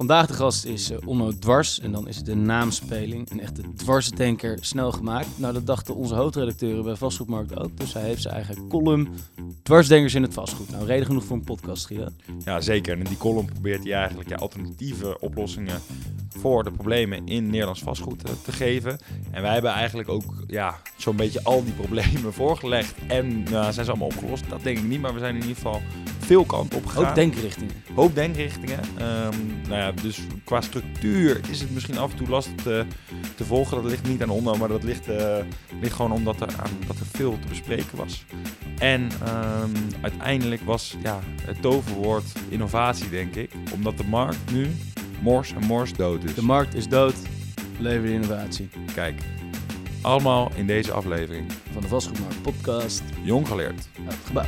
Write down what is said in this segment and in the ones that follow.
Vandaag de gast is Onno Dwars en dan is de naamspeling een echte dwarsdenker snel gemaakt. Nou, dat dachten onze hoofdredacteuren bij Vastgoedmarkt ook. Dus hij heeft zijn eigen column Dwarsdenkers in het vastgoed. Nou, reden genoeg voor een podcast, Guido. Ja, zeker. En in die column probeert hij eigenlijk alternatieve oplossingen voor de problemen in Nederlands vastgoed te geven. En wij hebben eigenlijk ook zo'n beetje al die problemen voorgelegd. En zijn ze allemaal opgelost? Dat denk ik niet, maar we zijn in ieder geval veel kant op gegaan. Hoop denkrichtingen. Dus qua structuur is het misschien af en toe lastig te volgen. Dat ligt niet aan Onno, maar dat ligt gewoon omdat er veel te bespreken was. En uiteindelijk was het toverwoord innovatie, denk ik. Omdat de markt nu mors dood is. De markt is dood, leven de innovatie. Kijk, allemaal in deze aflevering van de Vastgoedmarkt podcast. Jong geleerd. Uitgebouwd.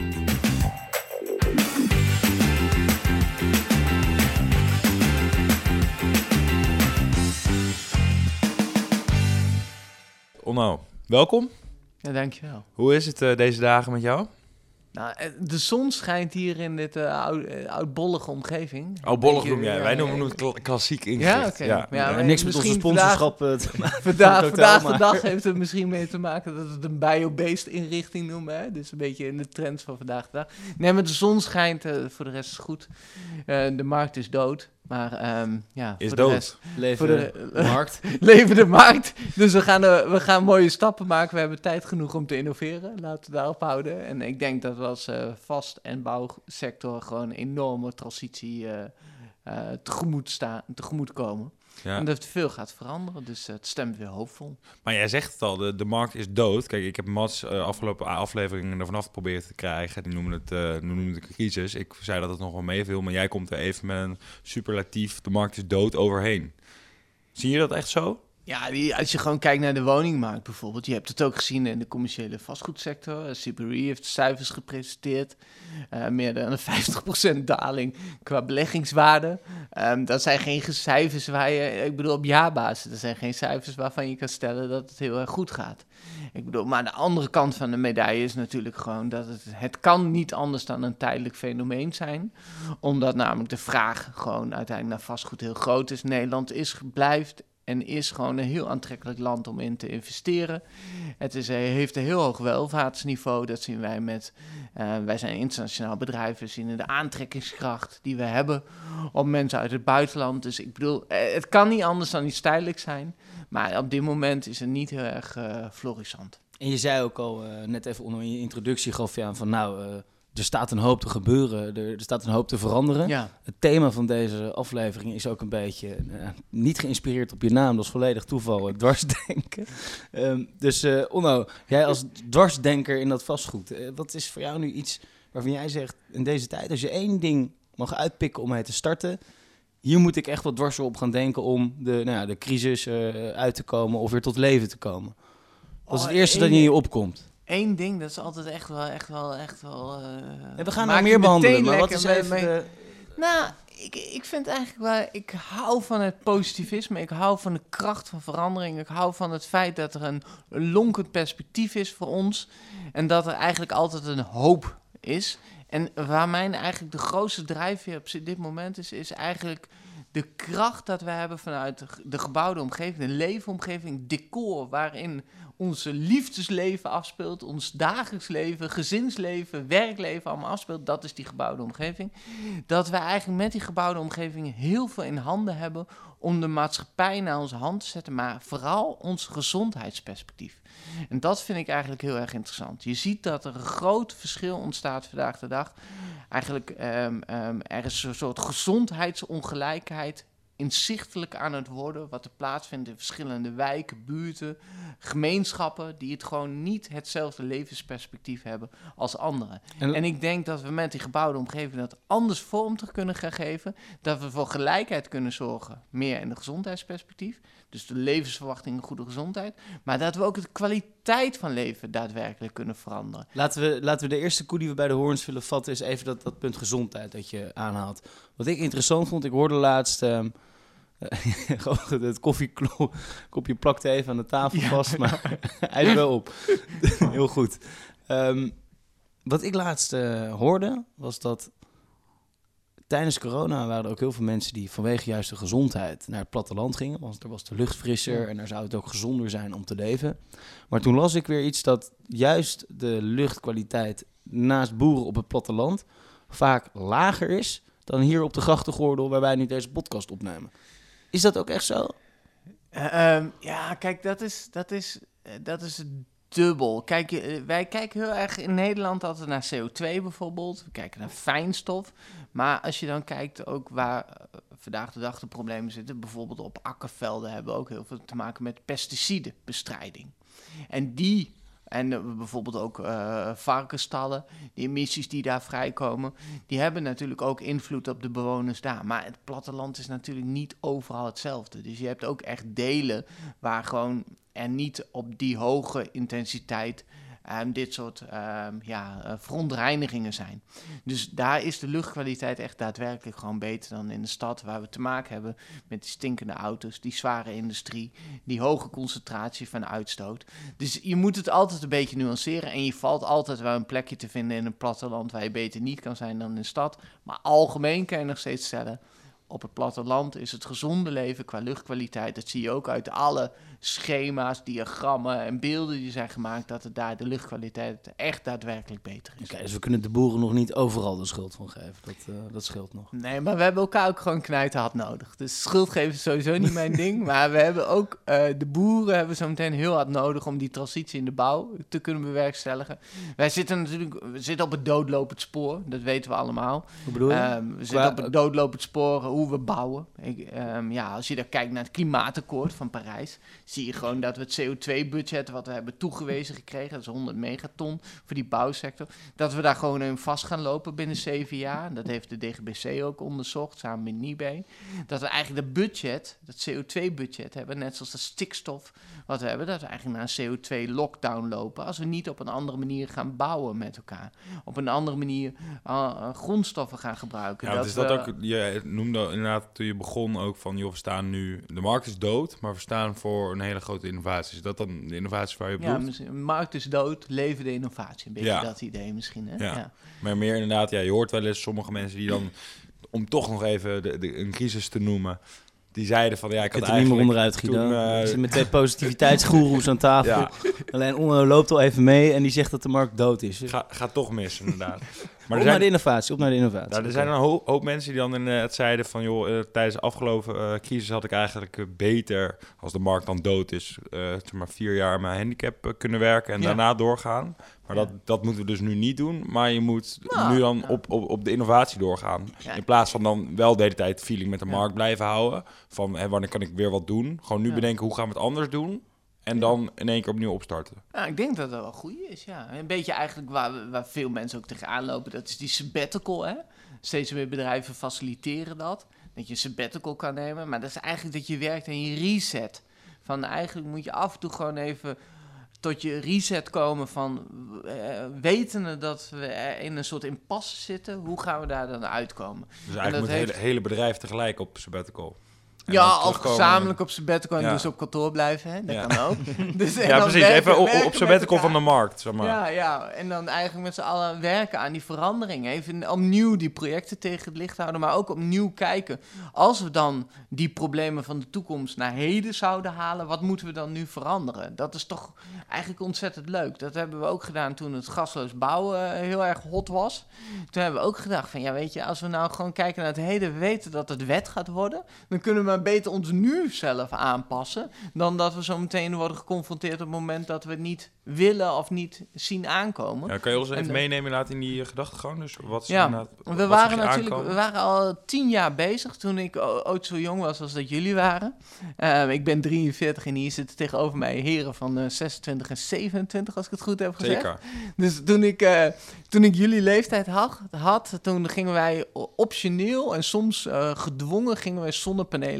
Onno, welkom. Ja, dankjewel. Hoe is het deze dagen met jou? Nou, de zon schijnt hier in dit oudbollige omgeving. Oudbollig noem jij. Wij noemen het klassiek ingericht. Ja, oké. Ja, niks met onze sponsorschap te maken. Vandaag de dag heeft het misschien mee te maken dat we het een bio-based inrichting noemen. Hè? Dus een beetje in de trends van vandaag de dag. Nee, maar de zon schijnt, voor de rest is het goed. De markt is dood. Maar is voor dood. de rest... Leven de markt. Leven de markt. Dus we gaan mooie stappen maken. We hebben tijd genoeg om te innoveren. Laten we daarop houden. En ik denk dat we als vast- en bouwsector gewoon een enorme transitie tegemoet komen. Ja. En dat veel gaat veranderen. Dus het stemt weer hoopvol. Maar jij zegt het al, de markt is dood. Kijk, ik heb Mats afgelopen afleveringen er vanaf proberen te krijgen. Die noemen het crisis. Ik zei dat het nog wel meeviel, maar jij komt er even met een superlatief, de markt is dood, overheen. Zie je dat echt zo? Ja, als je gewoon kijkt naar de woningmarkt bijvoorbeeld. Je hebt het ook gezien in de commerciële vastgoedsector. CBRE heeft cijfers gepresenteerd. Meer dan een 50% daling qua beleggingswaarde. Dat zijn geen cijfers op jaarbasis. Dat zijn geen cijfers waarvan je kan stellen dat het heel erg goed gaat. Maar de andere kant van de medaille is natuurlijk gewoon dat het kan niet anders dan een tijdelijk fenomeen zijn. Omdat namelijk de vraag gewoon uiteindelijk naar vastgoed heel groot is. Nederland blijft en is gewoon een heel aantrekkelijk land om in te investeren. Het heeft een heel hoog welvaartsniveau. Dat zien wij wij zijn een internationaal bedrijf. We zien de aantrekkingskracht die we hebben op mensen uit het buitenland. Dus ik bedoel, het kan niet anders dan iets tijdelijks zijn. Maar op dit moment is het niet heel erg florissant. En je zei ook al, net even onder je introductie gaf je aan van er staat een hoop te gebeuren, er staat een hoop te veranderen. Ja. Het thema van deze aflevering is ook een beetje niet geïnspireerd op je naam, dat is volledig toeval, dwarsdenken. Onno, jij als dwarsdenker in dat vastgoed, wat is voor jou nu iets waarvan jij zegt, in deze tijd, als je één ding mag uitpikken om mee te starten, hier moet ik echt wat dwars op gaan denken om de crisis uit te komen of weer tot leven te komen. Dat is het eerste dat in je opkomt. Eén ding, dat is altijd echt wel. We gaan er meer behandelen, maar wat is even Nou, ik vind eigenlijk wel... Ik hou van het positivisme. Ik hou van de kracht van verandering. Ik hou van het feit dat er een lonkend perspectief is voor ons. En dat er eigenlijk altijd een hoop is. En waar mijn eigenlijk de grootste drijfveer op dit moment is eigenlijk de kracht dat we hebben vanuit de gebouwde omgeving, de leefomgeving, decor, waarin ons liefdesleven afspeelt, ons dagelijks leven, gezinsleven, werkleven allemaal afspeelt. Dat is die gebouwde omgeving. Dat we eigenlijk met die gebouwde omgeving heel veel in handen hebben om de maatschappij naar onze hand te zetten, maar vooral ons gezondheidsperspectief. En dat vind ik eigenlijk heel erg interessant. Je ziet dat er een groot verschil ontstaat vandaag de dag. Eigenlijk, er is een soort gezondheidsongelijkheid inzichtelijk aan het worden, wat er plaatsvindt in verschillende wijken, buurten, gemeenschappen, die het gewoon niet hetzelfde levensperspectief hebben als anderen. En ik denk dat we met die gebouwde omgeving dat anders vorm te kunnen gaan geven, dat we voor gelijkheid kunnen zorgen, meer in de gezondheidsperspectief, dus de levensverwachting en goede gezondheid, maar dat we ook de kwaliteit van leven daadwerkelijk kunnen veranderen. Laten we de eerste koe die we bij de hoorns willen vatten, is even dat punt gezondheid dat je aanhaalt. Wat ik interessant vond, ik hoorde laatst het koffiekopje plakte even aan de tafel vast, maar hij is wel op. Heel goed. Wat ik laatst hoorde, was dat tijdens corona waren er ook heel veel mensen die vanwege juist de gezondheid naar het platteland gingen. Want er was de lucht frisser en daar zou het ook gezonder zijn om te leven. Maar toen las ik weer iets dat juist de luchtkwaliteit naast boeren op het platteland vaak lager is dan hier op de grachtengordel waar wij nu deze podcast opnemen. Is dat ook echt zo? Ja, kijk, dat is dubbel. Kijk, wij kijken heel erg in Nederland altijd naar CO2 bijvoorbeeld. We kijken naar fijnstof. Maar als je dan kijkt ook waar vandaag de dag de problemen zitten, bijvoorbeeld op akkervelden hebben we ook heel veel te maken met pesticidenbestrijding. En bijvoorbeeld ook varkensstallen, die emissies die daar vrijkomen, die hebben natuurlijk ook invloed op de bewoners daar. Maar het platteland is natuurlijk niet overal hetzelfde. Dus je hebt ook echt delen waar gewoon er niet op die hoge intensiteit dit soort verontreinigingen zijn. Dus daar is de luchtkwaliteit echt daadwerkelijk gewoon beter dan in de stad, waar we te maken hebben met die stinkende auto's, die zware industrie, die hoge concentratie van uitstoot. Dus je moet het altijd een beetje nuanceren en je valt altijd wel een plekje te vinden in een platteland waar je beter niet kan zijn dan in de stad. Maar algemeen kan je nog steeds stellen, op het platteland is het gezonde leven qua luchtkwaliteit. Dat zie je ook uit alle schema's, diagrammen en beelden die zijn gemaakt, dat het daar de luchtkwaliteit echt daadwerkelijk beter is. Oké, dus we kunnen de boeren nog niet overal de schuld van geven. Dat scheelt nog. Nee, maar we hebben elkaar ook gewoon knijterhard nodig. Dus schuld geven is sowieso niet mijn ding. Maar we hebben ook, de boeren hebben zo meteen heel hard nodig om die transitie in de bouw te kunnen bewerkstelligen. Wij zitten op het doodlopend spoor, dat weten we allemaal. Hoe bedoel je? We zitten op het doodlopend spoor, hoe we bouwen. Als je dan kijkt naar het klimaatakkoord van Parijs, zie je gewoon dat we het CO2-budget wat we hebben toegewezen gekregen, dat is 100 megaton voor die bouwsector, dat we daar gewoon in vast gaan lopen binnen 7 jaar. Dat heeft de DGBC ook onderzocht, samen met NIBE. Dat we eigenlijk dat CO2-budget hebben, net zoals de stikstof wat we hebben, dat we eigenlijk naar een CO2-lockdown lopen, als we niet op een andere manier gaan bouwen met elkaar. Op een andere manier grondstoffen gaan gebruiken. Ja, is dat ook, je noemde inderdaad toen je begon ook van, joh, we staan nu, de markt is dood, maar we staan voor een hele grote innovatie. Is dat dan de innovatie waar je bedoelt? Ja, de markt is dood, leven de innovatie. Een beetje dat idee misschien. Hè? Ja. Maar meer inderdaad, je hoort wel eens sommige mensen die dan, om toch nog even een crisis te noemen, die zeiden van, ja, ik had er niet meer onderuit, Guido. Je zit met 2 positiviteitsgoeroes aan tafel. Ja. Alleen Onno loopt al even mee en die zegt dat de markt dood is. Gaat toch mis, inderdaad. Maar naar de innovatie, Nou, er zijn een hoop mensen die dan het zeiden van, joh, tijdens de afgelopen crisis had ik eigenlijk beter, als de markt dan dood is, 4 jaar mijn handicap kunnen werken en daarna doorgaan. Maar dat moeten we dus nu niet doen. Maar je moet nu dan op de innovatie doorgaan. Ja. In plaats van dan wel de hele tijd feeling met de markt blijven houden. Van wanneer kan ik weer wat doen? Gewoon nu bedenken, hoe gaan we het anders doen? En dan in één keer opnieuw opstarten. Ja, ik denk dat dat wel goed is, ja. Een beetje eigenlijk waar veel mensen ook tegenaan lopen, dat is die sabbatical, hè. Steeds meer bedrijven faciliteren dat. Dat je een sabbatical kan nemen. Maar dat is eigenlijk dat je werkt aan je reset. Van eigenlijk moet je af en toe gewoon even tot je reset komen van wetende dat we in een soort impasse zitten. Hoe gaan we daar dan uitkomen? Dus eigenlijk moet het hele bedrijf tegelijk op sabbatical. Of gezamenlijk op sabbatical en dus op kantoor blijven. Hè? Dat kan ook. Dus, precies. Even op sabbatical van de markt. Zeg maar. Ja. En dan eigenlijk met z'n allen werken aan die verandering. Even opnieuw die projecten tegen het licht houden. Maar ook opnieuw kijken. Als we dan die problemen van de toekomst naar heden zouden halen, wat moeten we dan nu veranderen? Dat is toch eigenlijk ontzettend leuk. Dat hebben we ook gedaan toen het gasloos bouwen heel erg hot was. Toen hebben we ook gedacht van, ja, weet je, als we nou gewoon kijken naar het heden, we weten dat het wet gaat worden, dan kunnen we beter ons nu zelf aanpassen, dan dat we zo meteen worden geconfronteerd op het moment dat we het niet willen of niet zien aankomen. Ja, kan je ons even meenemen laten in die gedachtegang? Dus wat we waren al 10 jaar bezig toen ik ooit zo jong was als dat jullie waren. Ik ben 43 en hier zitten tegenover mij heren van 26 en 27, als ik het goed heb gezegd. Zeker. Dus toen ik jullie leeftijd had, toen gingen wij optioneel en soms gedwongen gingen wij zonnepanelen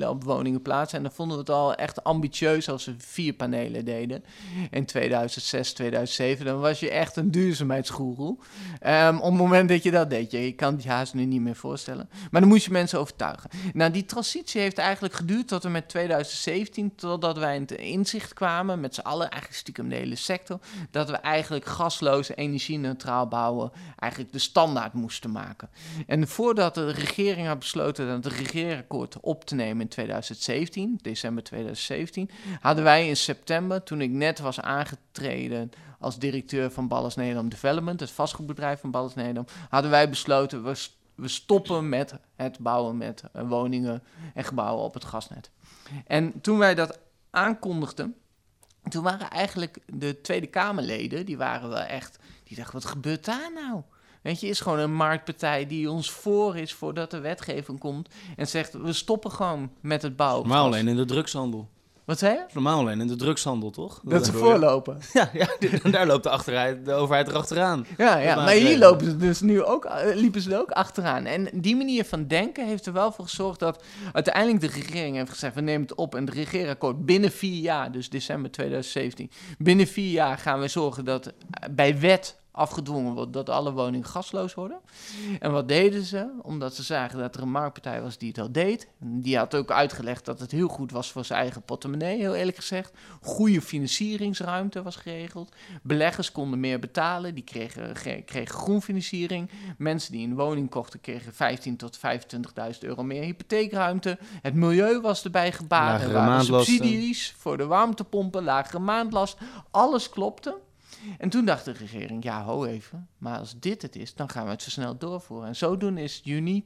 panelen op woningen plaatsen. En dan vonden we het al echt ambitieus als we 4 panelen deden. In 2006, 2007, dan was je echt een duurzaamheidsgoeroe. Op het moment dat je dat deed, je kan het je haast nu niet meer voorstellen. Maar dan moest je mensen overtuigen. Nou, die transitie heeft eigenlijk geduurd tot en met 2017, totdat wij in het inzicht kwamen, met z'n allen, eigenlijk stiekem de hele sector, dat we eigenlijk gasloos, energie-neutraal bouwen eigenlijk de standaard moesten maken. En voordat de regering had besloten dat het regeerakkoord op te nemen in 2017, december 2017, hadden wij in september, toen ik net was aangetreden als directeur van Ballast Nedam Development, het vastgoedbedrijf van Ballast Nedam, hadden wij besloten, we stoppen met het bouwen met woningen en gebouwen op het gasnet. En toen wij dat aankondigden, toen waren eigenlijk de Tweede Kamerleden, die waren wel echt, die dachten, wat gebeurt daar nou? Weet je, is gewoon een marktpartij die ons voor is voordat de wetgeving komt en zegt, we stoppen gewoon met het bouwen. Normaal alleen in de drugshandel. Wat zei je? Normaal alleen in de drugshandel, toch? Dat ze voorlopen. Ja, daar loopt de overheid erachteraan. Ja, maar hier lopen ze dus nu ook, liepen ze er ook achteraan. En die manier van denken heeft er wel voor gezorgd dat uiteindelijk de regering heeft gezegd, we nemen het op en het regeerakkoord binnen 4 jaar, dus december 2017, binnen 4 jaar gaan we zorgen dat bij wet afgedwongen wordt dat alle woningen gasloos worden. En wat deden ze? Omdat ze zagen dat er een marktpartij was die het al deed. Die had ook uitgelegd dat het heel goed was voor zijn eigen portemonnee, heel eerlijk gezegd. Goede financieringsruimte was geregeld. Beleggers konden meer betalen, die kregen groenfinanciering. Mensen die een woning kochten kregen 15.000 tot 25.000 euro meer hypotheekruimte. Het milieu was erbij gebaat. Er waren subsidies voor de warmtepompen, lagere maandlast. Alles klopte. En toen dacht de regering, ja, ho even, maar als dit het is, dan gaan we het versneld doorvoeren. En zodoende is juni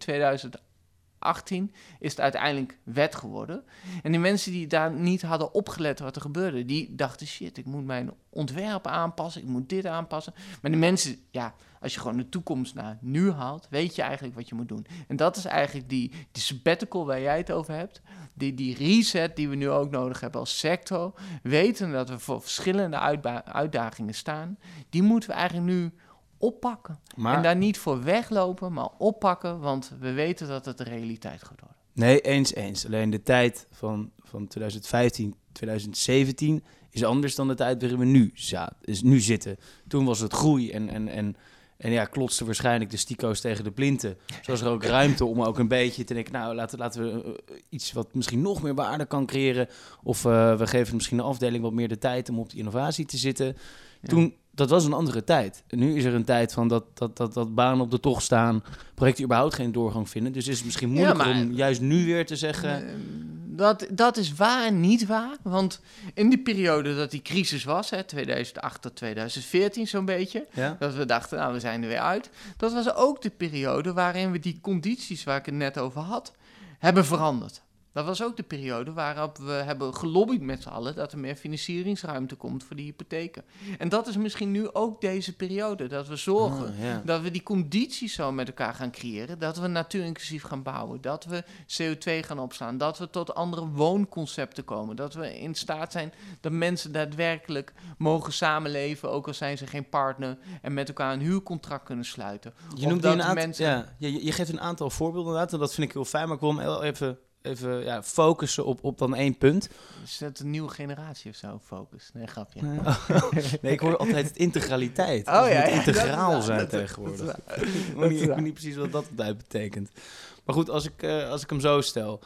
2018 is het uiteindelijk wet geworden. En die mensen die daar niet hadden opgelet wat er gebeurde, die dachten, shit, ik moet mijn ontwerp aanpassen, ik moet dit aanpassen. Maar de mensen, ja, als je gewoon de toekomst naar nu haalt, weet je eigenlijk wat je moet doen. En dat is eigenlijk die sabbatical waar jij het over hebt. Die reset die we nu ook nodig hebben als sector. Weten dat we voor verschillende uitdagingen staan. Die moeten we eigenlijk nu oppakken. En daar niet voor weglopen, maar oppakken. Want we weten dat het de realiteit gaat worden. Nee, eens. Alleen de tijd van 2015, 2017 is anders dan de tijd waarin we nu zitten. Toen was het groei en ja, klotste waarschijnlijk de stico's tegen de plinten. Zo was er ook ruimte om ook een beetje te denken, nou, laten we iets wat misschien nog meer waarde kan creëren. Of we geven misschien een afdeling wat meer de tijd om op die innovatie te zitten. Ja. Toen, dat was een andere tijd. En nu is er een tijd van dat banen op de tocht staan, projecten überhaupt geen doorgang vinden. Dus is het misschien moeilijker om juist nu weer te zeggen... Dat is waar en niet waar. Want in die periode dat die crisis was, 2008 tot 2014 zo'n beetje, dat we dachten, nou, we zijn er weer uit. Dat was ook de periode waarin we die condities waar ik het net over had, hebben veranderd. Dat was ook de periode waarop we hebben gelobbyd met z'n allen dat er meer financieringsruimte komt voor die hypotheken. En dat is misschien nu ook deze periode, dat we zorgen dat we die condities zo met elkaar gaan creëren, dat we natuurinclusief gaan bouwen, dat we CO2 gaan opslaan, dat we tot andere woonconcepten komen, dat we in staat zijn dat mensen daadwerkelijk mogen samenleven, ook al zijn ze geen partner, en met elkaar een huurcontract kunnen sluiten. Je geeft een aantal voorbeelden inderdaad, en dat vind ik heel fijn, maar ik wil hem even focussen op dan 1 punt. Is dat een nieuwe generatie of zo, focus? Nee, grapje. Nee, ik hoor altijd het integraliteit. Het integraal zijn tegenwoordig. Ik weet niet precies wat dat betekent. Maar goed, als ik hem zo stel.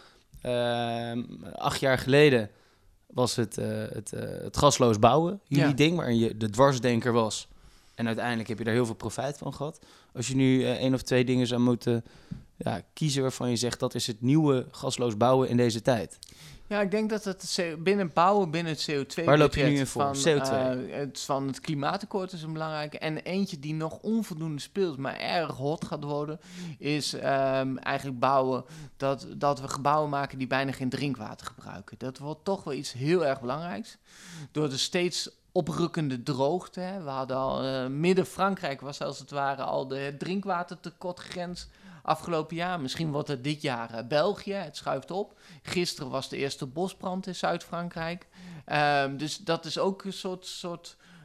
8 jaar geleden was het gasloos bouwen. Jullie ding, waarin je de dwarsdenker was. En uiteindelijk heb je daar heel veel profijt van gehad. Als je nu 1 of 2 dingen zou moeten... kiezen waarvan je zegt dat is het nieuwe gasloos bouwen in deze tijd. Ja, ik denk dat het binnen het CO2... Waar loop je nu in voor? CO2? Van het klimaatakkoord is een belangrijke. En eentje die nog onvoldoende speelt, maar erg hot gaat worden, is eigenlijk bouwen dat we gebouwen maken die bijna geen drinkwater gebruiken. Dat wordt toch wel iets heel erg belangrijks. Door de steeds oprukkende droogte. We hadden al midden-Frankrijk was als het ware al de drinkwatertekortgrens afgelopen jaar. Misschien wordt het dit jaar België. Het schuift op. Gisteren was de eerste bosbrand in Zuid-Frankrijk. Dus dat is ook een soort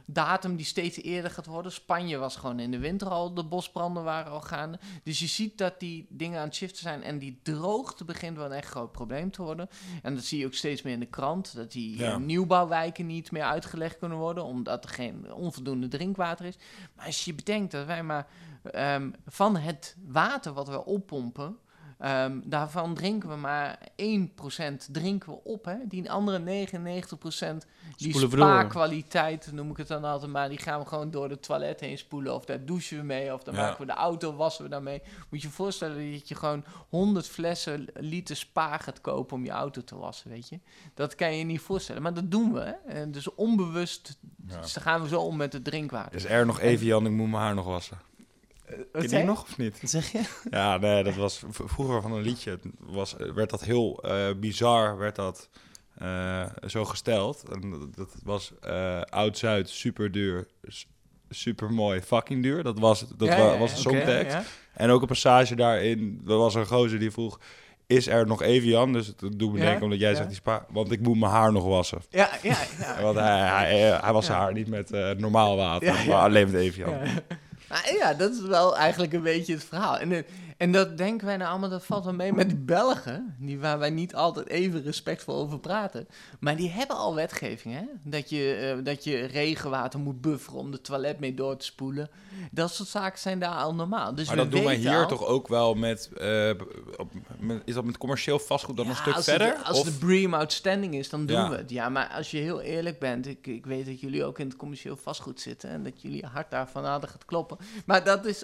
datum die steeds eerder gaat worden. Spanje was gewoon in de winter al, de bosbranden waren al gaande. Dus je ziet dat die dingen aan het shiften zijn en die droogte begint wel een echt groot probleem te worden. En dat zie je ook steeds meer in de krant, dat die nieuwbouwwijken niet meer uitgelegd kunnen worden, omdat er geen onvoldoende drinkwater is. Maar als je bedenkt dat wij maar van het water wat we oppompen, daarvan drinken we maar 1% drinken we op. Hè? Die andere 99%, die spaarkwaliteit, noem ik het dan altijd maar, die gaan we gewoon door het toilet heen spoelen. Of daar douchen we mee, of dan maken we de auto, wassen we daarmee. Moet je je voorstellen dat je gewoon 100 flessen liter spa gaat kopen om je auto te wassen, weet je. Dat kan je je niet voorstellen, maar dat doen we. Hè? En dus onbewust gaan we zo om met het drinkwater. Dus er nog even, Jan, ik moet mijn haar nog wassen. Ken je nog of niet? Wat zeg je? Ja, nee, dat was vroeger van een liedje. Werd dat heel bizar, werd dat zo gesteld. En dat was Oud-Zuid, super duur, super mooi, fucking duur. Dat was de songtekst. Ja. En ook een passage daarin, er was een gozer die vroeg, is er nog even, Jan? Dus dat doet me denken omdat jij zegt, want ik moet mijn haar nog wassen. Ja. Want hij was zijn haar niet met normaal water, maar alleen met Evian. Ja. Nou, dat is wel eigenlijk een beetje het verhaal. En dat denken wij nou allemaal, dat valt wel mee met die Belgen, waar wij niet altijd even respectvol over praten. Maar die hebben al wetgeving, hè? Dat je regenwater moet bufferen om de toilet mee door te spoelen. Dat soort zaken zijn daar al normaal. Dus maar dat doen wij hier toch ook wel met, is dat met commercieel vastgoed dan een stuk verder? Als de BREEAM outstanding is, dan doen we het. Ja, maar als je heel eerlijk bent, ik weet dat jullie ook in het commercieel vastgoed zitten en dat jullie hart daarvan hadden gaat kloppen. Maar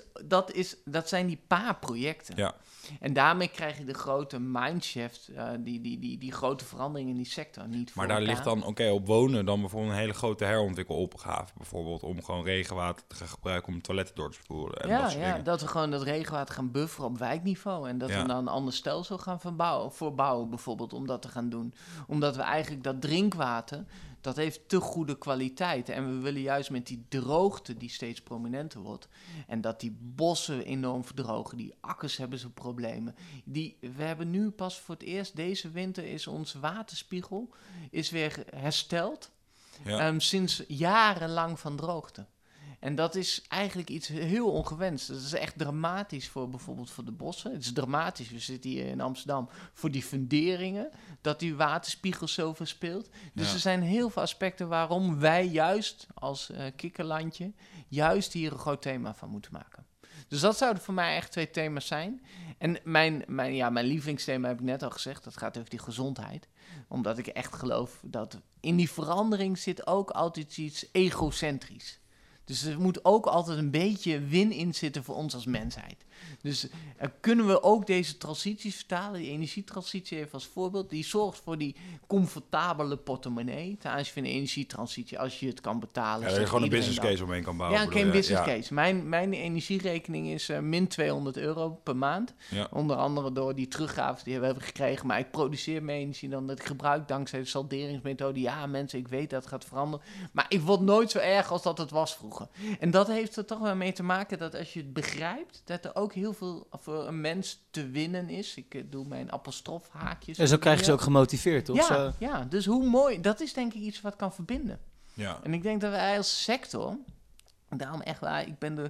dat zijn die paar projecten. Ja. En daarmee krijg je de grote mindshift, die grote verandering in die sector niet. Maar daar ligt dan, op wonen dan bijvoorbeeld een hele grote herontwikkelopgave. Bijvoorbeeld om gewoon regenwater te gaan gebruiken om toiletten door te spoelen. En dat we gewoon dat regenwater gaan bufferen op wijkniveau. En dat we dan een ander stelsel gaan voorbouwen bijvoorbeeld om dat te gaan doen. Omdat we eigenlijk dat drinkwater, dat heeft te goede kwaliteit. En we willen juist met die droogte die steeds prominenter wordt. En dat die bossen enorm verdrogen. Die akkers hebben ze problemen. We hebben nu pas voor het eerst, deze winter is onze waterspiegel weer hersteld. Ja. Sinds jarenlang van droogte. En dat is eigenlijk iets heel ongewenst. Dat is echt dramatisch voor bijvoorbeeld voor de bossen. Het is dramatisch, we zitten hier in Amsterdam, voor die funderingen, dat die waterspiegel zo verspeelt. Dus er zijn heel veel aspecten waarom wij juist als kikkerlandje juist hier een groot thema van moeten maken. Dus dat zouden voor mij echt 2 thema's zijn. En mijn lievelingsthema heb ik net al gezegd, dat gaat over die gezondheid. Omdat ik echt geloof dat in die verandering zit ook altijd iets egocentrisch. Dus er moet ook altijd een beetje win in zitten voor ons als mensheid. Dus kunnen we ook deze transities vertalen, die energietransitie even als voorbeeld, die zorgt voor die comfortabele portemonnee ten aanzien van de energietransitie, als je het kan betalen. Ja, dat je gewoon een business case omheen kan bouwen. Ja, geen business case. Mijn energierekening is min €200 per maand. Ja. Onder andere door die teruggaves die we hebben gekregen. Maar ik produceer meer energie dan dat ik gebruik dankzij de salderingsmethode. Ja, mensen, ik weet dat het gaat veranderen. Maar ik word nooit zo erg als dat het was vroeger. En dat heeft er toch wel mee te maken dat als je het begrijpt, dat er ook heel veel voor een mens te winnen is. Ik doe mijn apostrofhaakjes. En zo krijg je ze ook gemotiveerd, toch? Ja, dus hoe mooi. Dat is denk ik iets wat kan verbinden. Ja. En ik denk dat wij als sector, daarom echt waar,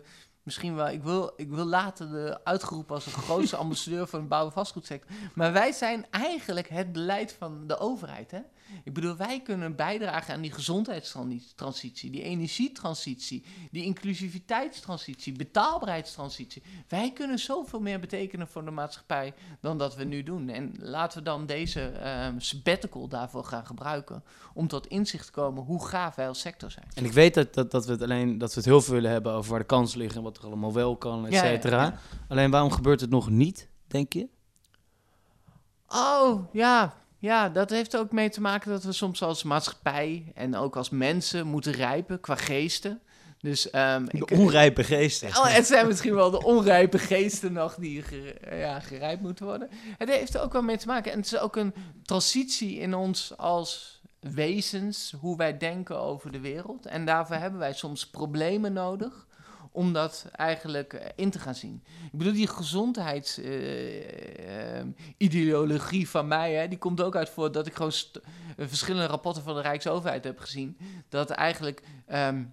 ik wil later uitgeroepen als de grootste ambassadeur van de bouw- en vastgoedsector. Maar wij zijn eigenlijk het beleid van de overheid, hè? Ik bedoel, wij kunnen bijdragen aan die gezondheidstransitie, die energietransitie, die inclusiviteitstransitie, betaalbaarheidstransitie. Wij kunnen zoveel meer betekenen voor de maatschappij dan dat we nu doen. En laten we dan deze sabbatical daarvoor gaan gebruiken om tot inzicht te komen hoe gaaf wij als sector zijn. En ik weet dat we het heel veel willen hebben over waar de kansen liggen en wat er allemaal wel kan, et cetera. Ja. Alleen waarom gebeurt het nog niet, denk je? Oh, ja. Ja, dat heeft ook mee te maken dat we soms als maatschappij en ook als mensen moeten rijpen qua geesten. Dus, de onrijpe geesten. Het zijn misschien wel de onrijpe geesten nog die gerijpt moeten worden. Het heeft er ook wel mee te maken. En het is ook een transitie in ons als wezens, hoe wij denken over de wereld. En daarvoor hebben wij soms problemen nodig om dat eigenlijk in te gaan zien. Ik bedoel, die gezondheidsideologie van mij, hè, die komt ook uit voort dat ik gewoon verschillende rapporten van de Rijksoverheid heb gezien, dat eigenlijk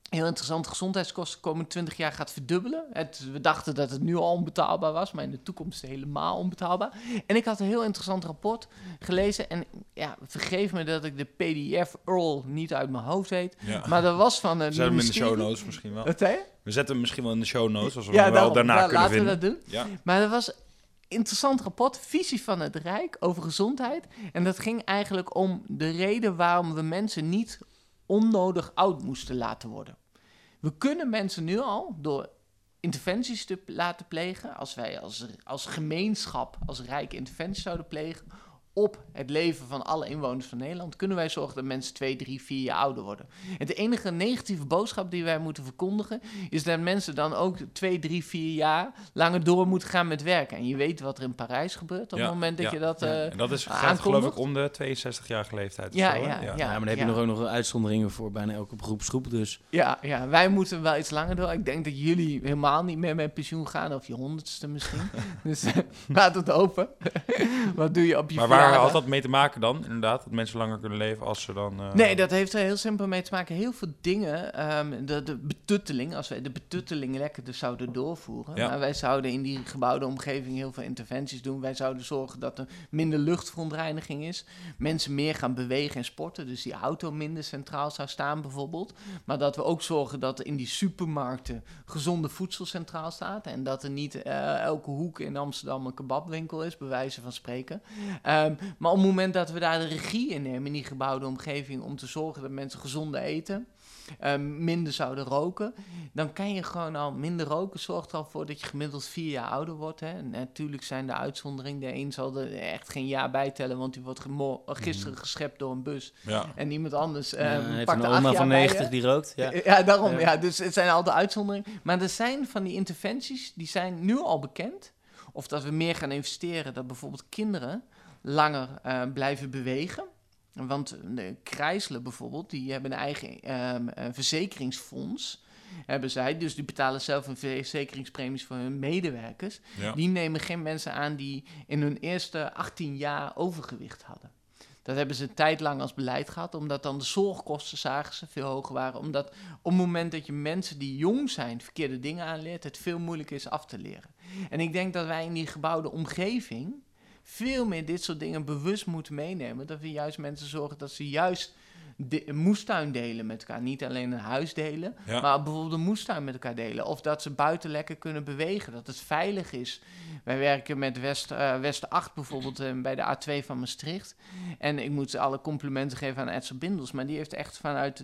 Heel interessant, gezondheidskosten de komende 20 jaar gaat verdubbelen. We dachten dat het nu al onbetaalbaar was, maar in de toekomst helemaal onbetaalbaar. En ik had een heel interessant rapport gelezen. En ja, vergeef me dat ik de PDF-URL niet uit mijn hoofd weet. Ja. Maar dat was van We een zetten hem in de show notes misschien wel. Wat zei je? We zetten hem misschien wel in de show notes, als we Ja, hem wel daarom. daarna kunnen Laten vinden. we dat doen. Ja. Maar dat was een interessant rapport, visie van het Rijk over gezondheid. En dat ging eigenlijk om de reden waarom we mensen niet onnodig oud moesten laten worden. We kunnen mensen nu al door interventies te laten plegen, als wij als gemeenschap, als Rijk interventies zouden plegen op het leven van alle inwoners van Nederland, kunnen wij zorgen dat mensen 2, 3, 4 jaar ouder worden. En de enige negatieve boodschap die wij moeten verkondigen, is dat mensen dan ook 2, 3, 4 jaar langer door moeten gaan met werken. En je weet wat er in Parijs gebeurt op het moment dat je dat en dat gaat aankondigt. geloof ik om de 62-jarige leeftijd. of Ja, zo, hè? ja. Ja, maar dan heb je nog ook nog uitzonderingen voor bijna elke beroepsgroep. Dus Ja, wij moeten wel iets langer door. Ik denk dat jullie helemaal niet meer met pensioen gaan, of je 100ste misschien. Dus laat het open. Wat doe je op je Maar verjaardag? waar had dat mee te maken dan, inderdaad? Dat mensen langer kunnen leven als ze dan... Nee, dat heeft er heel simpel mee te maken. Heel veel dingen, de betutteling, als wij de betutteling lekker dus zouden doorvoeren. Ja. Maar wij zouden in die gebouwde omgeving heel veel interventies doen. Wij zouden zorgen dat er minder luchtverontreiniging is. Mensen meer gaan bewegen en sporten. Dus die auto minder centraal zou staan bijvoorbeeld. Maar dat we ook zorgen dat er in die supermarkten gezonde voedsel centraal staat. En dat er niet elke hoek in Amsterdam een kebabwinkel is, bij wijze van spreken. Maar op het moment dat we daar de regie in nemen in die gebouwde omgeving om te zorgen dat mensen gezonder eten, minder zouden roken, dan kan je gewoon al minder roken. Zorgt er al voor dat je gemiddeld 4 jaar ouder wordt. Hè. En natuurlijk zijn de uitzonderingen. De een zal er echt geen jaar bij tellen, want die wordt gisteren geschept door een bus. Ja. En iemand anders heeft pakt een er 8 oma jaar van bij, 90 hè. die rookt. Ja. Ja, daarom. Ja. Ja, dus het zijn al de uitzonderingen. Maar er zijn van die interventies, die zijn nu al bekend. Of dat we meer gaan investeren, dat bijvoorbeeld kinderen langer blijven bewegen. Want de Chrysler bijvoorbeeld, die hebben een eigen verzekeringsfonds. Hebben zij, dus die betalen zelf een verzekeringspremies voor hun medewerkers. Ja. Die nemen geen mensen aan die in hun eerste 18 jaar overgewicht hadden. Dat hebben ze een tijd lang als beleid gehad, omdat dan de zorgkosten, zagen ze, veel hoger waren. Omdat op het moment dat je mensen die jong zijn verkeerde dingen aanleert, het veel moeilijker is af te leren. En ik denk dat wij in die gebouwde omgeving veel meer dit soort dingen bewust moeten meenemen. Dat we juist mensen zorgen dat ze juist een moestuin delen met elkaar. Niet alleen een huis delen, Ja. maar bijvoorbeeld een moestuin met elkaar delen. Of dat ze buiten lekker kunnen bewegen, dat het veilig is. Wij werken met West 8 bijvoorbeeld bij de A2 van Maastricht. En ik moet alle complimenten geven aan Edsel Bindels, maar die heeft echt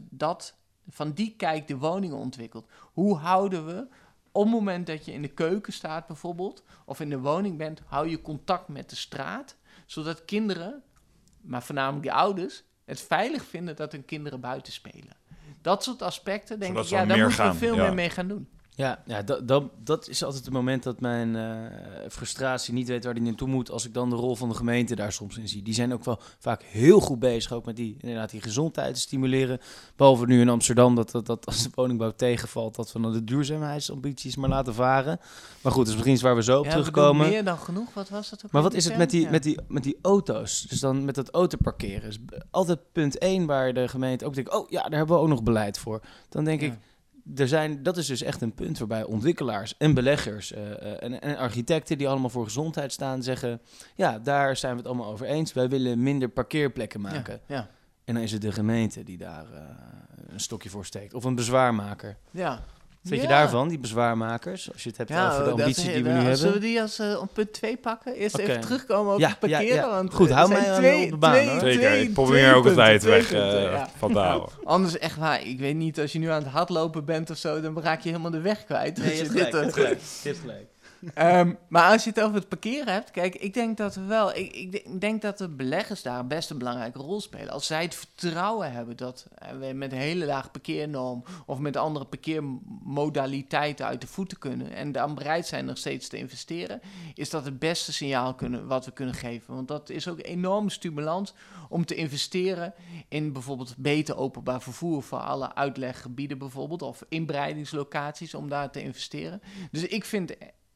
van die kijk de woningen ontwikkeld. Hoe houden we, op het moment dat je in de keuken staat bijvoorbeeld, of in de woning bent, hou je contact met de straat, zodat kinderen, maar voornamelijk de ouders, het veilig vinden dat hun kinderen buiten spelen. Dat soort aspecten, denk Zodat ik, ze dan daar meer moeten we gaan, veel ja. meer mee gaan doen. Ja, dat is altijd het moment dat mijn frustratie niet weet waar die naartoe moet, als ik dan de rol van de gemeente daar soms in zie. Die zijn ook wel vaak heel goed bezig, ook met die gezondheid te stimuleren. Behalve nu in Amsterdam, dat als de woningbouw tegenvalt, dat we dan de duurzaamheidsambities maar laten varen. Maar goed, dat is misschien iets waar we zo op terugkomen. We doen meer dan genoeg, wat was dat ook? Maar weer, wat is het Sam? met die auto's? Dus dan met dat autoparkeren. Is altijd punt 1 waar de gemeente ook denkt, oh ja, daar hebben we ook nog beleid voor. Dan denk ik, dat is dus echt een punt waarbij ontwikkelaars en beleggers en architecten die allemaal voor gezondheid staan zeggen, ja, daar zijn we het allemaal over eens. Wij willen minder parkeerplekken maken. Ja. En dan is het de gemeente die daar een stokje voor steekt. Of een bezwaarmaker. Ja. Wat vind je daarvan, die bezwaarmakers? Als je het hebt over de ambitie die we nu hebben. Zullen we die als op punt 2 pakken? Eerst Oké. even terugkomen op Ja, het parkeren. ja. Want Goed, er hou zijn mij op de baan, hoor. Zeker, ik probeer ook punten, altijd twee weg punten, ja. van te houden. Anders echt waar, ik weet niet, als je nu aan het hardlopen bent of zo, dan raak je helemaal de weg kwijt. Nee, Als je je hebt dit, gelijk. Je hebt gelijk. maar als je het over het parkeren hebt, kijk, ik denk dat we wel, ik denk dat de beleggers daar best een belangrijke rol spelen. Als zij het vertrouwen hebben dat we met een hele laag parkeernorm of met andere parkeermodaliteiten uit de voeten kunnen en dan bereid zijn nog steeds te investeren, is dat het beste signaal wat we kunnen geven. Want dat is ook een enorme stimulans om te investeren in bijvoorbeeld beter openbaar vervoer voor alle uitleggebieden bijvoorbeeld, of inbreidingslocaties om daar te investeren. Dus ik vind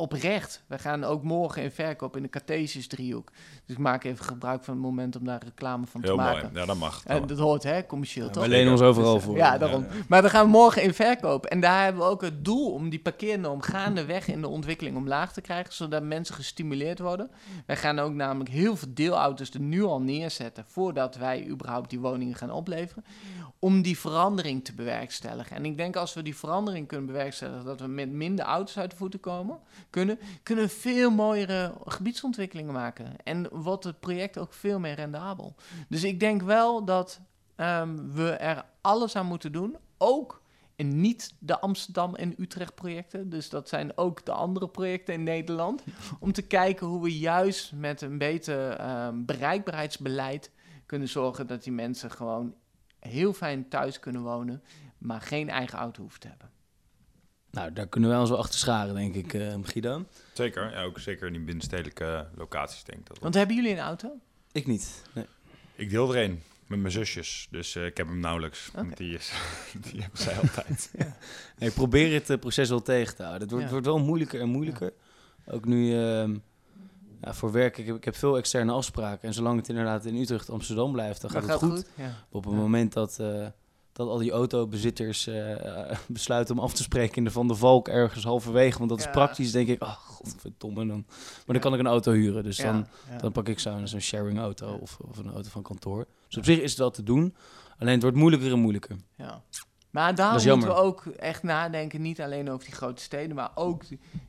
oprecht. We gaan ook morgen in verkoop in de Cartesius driehoek. Dus ik maak even gebruik van het moment om daar reclame van Heel te maken. mooi. Ja, dat mag. En dat hoort, hè, commercieel, toch? We lenen ons overal Dus, voor. ja, daarom. Maar dan gaan we morgen in verkoop. En daar hebben we ook het doel om die parkeernorm gaandeweg in de ontwikkeling omlaag te krijgen, zodat mensen gestimuleerd worden. Wij gaan ook namelijk heel veel deelauto's er nu al neerzetten, voordat wij überhaupt die woningen gaan opleveren, om die verandering te bewerkstelligen. En ik denk als we die verandering kunnen bewerkstelligen, dat we met minder auto's uit de voeten kunnen we veel mooiere gebiedsontwikkelingen maken. En wordt het project ook veel meer rendabel. Dus ik denk wel dat we er alles aan moeten doen, ook en niet de Amsterdam en Utrecht projecten. Dus dat zijn ook de andere projecten in Nederland. Om te kijken hoe we juist met een beter bereikbaarheidsbeleid kunnen zorgen dat die mensen gewoon heel fijn thuis kunnen wonen, maar geen eigen auto hoeven te hebben. Nou, daar kunnen wij ons wel achter scharen, denk ik, Guido. Zeker. Ja, ook zeker in die binnenstedelijke locaties, denk ik. Dat Want hebben jullie een auto? Ik niet. Nee. Ik deel er een met mijn zusjes, dus ik heb hem nauwelijks. Oké. Want die hebben zij altijd. Nee, ik probeer het proces wel tegen te houden. Het wordt wel moeilijker en moeilijker. Ook nu voor werk, ik heb veel externe afspraken. En zolang het inderdaad in Utrecht, Amsterdam blijft, dan gaat het goed. Ja. Op het moment dat al die autobezitters besluiten om af te spreken in de Van der Valk ergens halverwege. Want dat is praktisch, denk ik, godverdomme. Maar dan kan ik een auto huren. Dus dan pak ik zo'n sharing auto of een auto van kantoor. Dus op zich is het wel te doen. Alleen het wordt moeilijker en moeilijker. Ja. Maar daarom moeten we ook echt nadenken, niet alleen over die grote steden, maar ook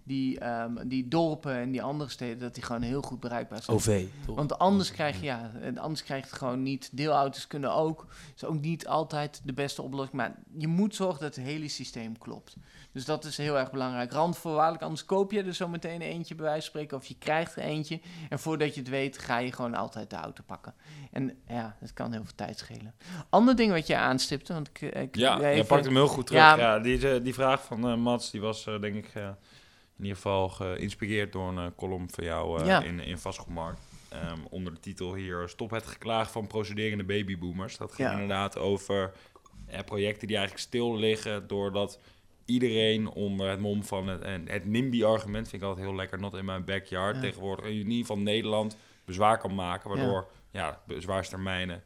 die dorpen en die andere steden, dat die gewoon heel goed bereikbaar zijn. OV. Toch? Want anders krijg je het gewoon niet. Deelauto's kunnen ook. Is ook niet altijd de beste oplossing. Maar je moet zorgen dat het hele systeem klopt. Dus dat is heel erg belangrijk. Randvoorwaardelijk, anders koop je er zo meteen eentje bij wijze van spreken. Of je krijgt er eentje. En voordat je het weet, ga je gewoon altijd de auto pakken. En ja, dat kan heel veel tijd schelen. Ander ding wat je aanstipte. Want je pakt hem heel goed terug. Ja, die vraag van Mats, die was denk ik in ieder geval geïnspireerd door een column van jou in Vastgoedmarkt. Onder de titel hier, stop het geklaag van procederende babyboomers. Dat ging inderdaad over projecten die eigenlijk stil liggen doordat iedereen onder het mom van het NIMBY-argument, vind ik altijd heel lekker, not in my backyard, tegenwoordig in ieder geval Nederland bezwaar kan maken, waardoor bezwaarstermijnen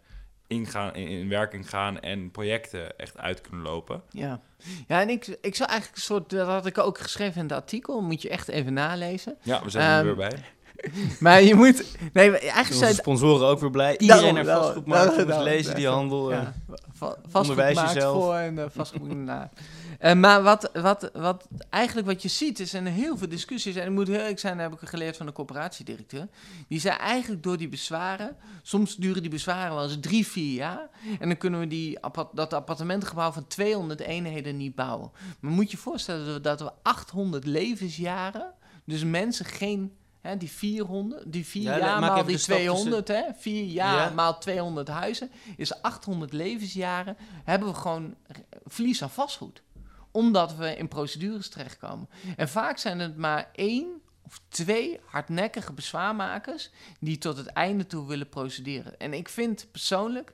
in werking gaan en projecten echt uit kunnen lopen. Ja, en ik zou eigenlijk dat had ik ook geschreven in het artikel, moet je echt even nalezen. Ja, we zijn er weer bij. Maar je moet... Nee, eigenlijk zijn sponsoren ook weer blij. Iedereen naar Vastgoedmarkt. Dus lezen die handel. Onderwijs jezelf. Voor en vastgoed na. Maar wat eigenlijk wat je ziet is in heel veel discussies, en ik moet heel eerlijk zijn, heb ik geleerd van de corporatiedirecteur, die zei eigenlijk door die bezwaren, soms duren die bezwaren wel eens 3-4 jaar, en dan kunnen we dat appartementengebouw van 200 eenheden niet bouwen. Maar moet je je voorstellen dat we 800 levensjaren, dus mensen geen... die 400, die 4 jaar maal die 200, 4 jaar maal 200 huizen, is 800 levensjaren, hebben we gewoon verlies aan vastgoed. Omdat we in procedures terechtkomen. En vaak zijn het maar 1 of 2 hardnekkige bezwaarmakers die tot het einde toe willen procederen. En ik vind persoonlijk,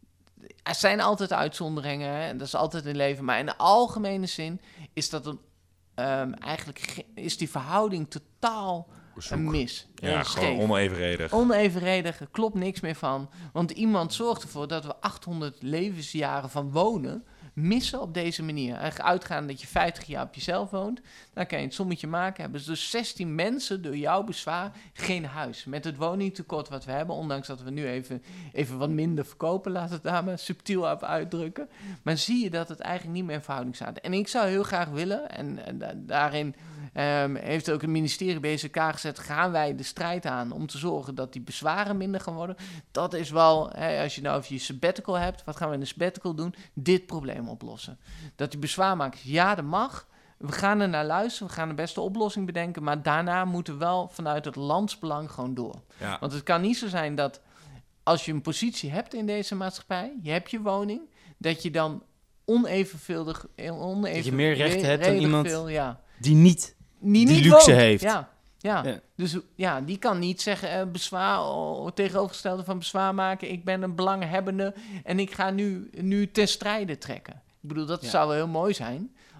er zijn altijd uitzonderingen, en dat is altijd in leven, maar in de algemene zin is dat eigenlijk is die verhouding totaal een mis. Ja, gewoon onevenredig. Onevenredig, er klopt niks meer van. Want iemand zorgt ervoor dat we 800 levensjaren van wonen missen op deze manier. En uitgaan dat je 50 jaar op jezelf woont, dan kan je het sommetje maken. Hebben dus 16 mensen door jouw bezwaar geen huis. Met het woningtekort wat we hebben, ondanks dat we nu even wat minder verkopen, laat het daar maar subtiel op uitdrukken. Maar zie je dat het eigenlijk niet meer in verhouding staat. En ik zou heel graag willen, en daarin heeft ook het ministerie BZK gezet, gaan wij de strijd aan om te zorgen dat die bezwaren minder gaan worden. Dat is wel, als je nou over je sabbatical hebt, wat gaan we in de sabbatical doen? Dit probleem oplossen. Dat die bezwaarmakers, dat mag. We gaan er naar luisteren, we gaan de beste oplossing bedenken, maar daarna moeten we wel vanuit het landsbelang gewoon door. Ja. Want het kan niet zo zijn dat als je een positie hebt in deze maatschappij, je hebt je woning, dat je dan onevenveel dat je meer rechten hebt dan iemand die niet die luxe heeft. Ja. Dus die kan niet zeggen tegenovergestelde van bezwaar maken. Ik ben een belanghebbende en ik ga nu ten strijde trekken. Ik bedoel, dat zou wel heel mooi zijn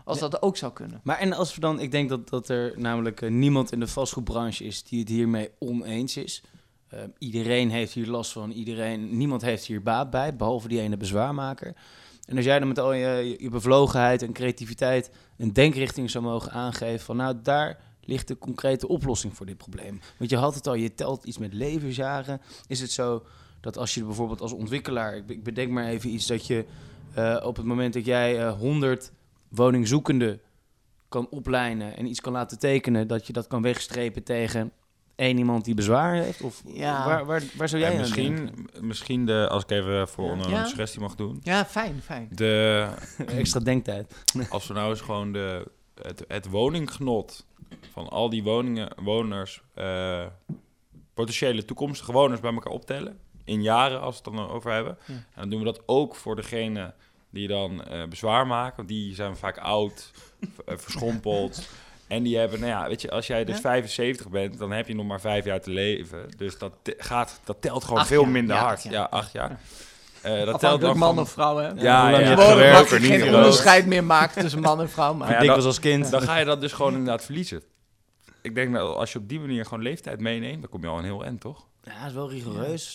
als dat ook zou kunnen. Maar en als we dan, ik denk dat er namelijk niemand in de vastgoedbranche is die het hiermee oneens is. Iedereen heeft hier last van, niemand heeft hier baat bij, behalve die ene bezwaarmaker. En als jij dan met al je bevlogenheid en creativiteit een denkrichting zou mogen aangeven van nou, daar ligt de concrete oplossing voor dit probleem. Want je had het al, je telt iets met levensjaren. Is het zo dat als je bijvoorbeeld als ontwikkelaar, ik bedenk maar even iets, dat je op het moment dat jij 100 woningzoekenden kan oplijnen en iets kan laten tekenen, dat je dat kan wegstrepen tegen één iemand die bezwaar heeft? Of waar zou jij aan denken? Misschien als ik even voor een suggestie mag doen. Ja, fijn. Extra denktijd. Als we nou eens gewoon het woninggenot van al die woners, potentiële toekomstige woners bij elkaar optellen, in jaren als we het dan over hebben. Ja. En dan doen we dat ook voor degene die dan bezwaar maken. Want die zijn vaak oud, verschrompeld. En die hebben, nou ja, weet je, als jij dus 75 bent, dan heb je nog maar 5 jaar te leven. Dus dat telt gewoon veel minder hard. Ja, 8 jaar. Dat telt ook man of vrouw, hè? Ja, mag je geen onderscheid meer maken tussen man en vrouw. Maar dikwijls als kind. Dan ga je dat dus gewoon inderdaad verliezen. Ik denk dat als je op die manier gewoon leeftijd meeneemt, dan kom je al een heel eind, toch? Ja, dat is wel rigoureus.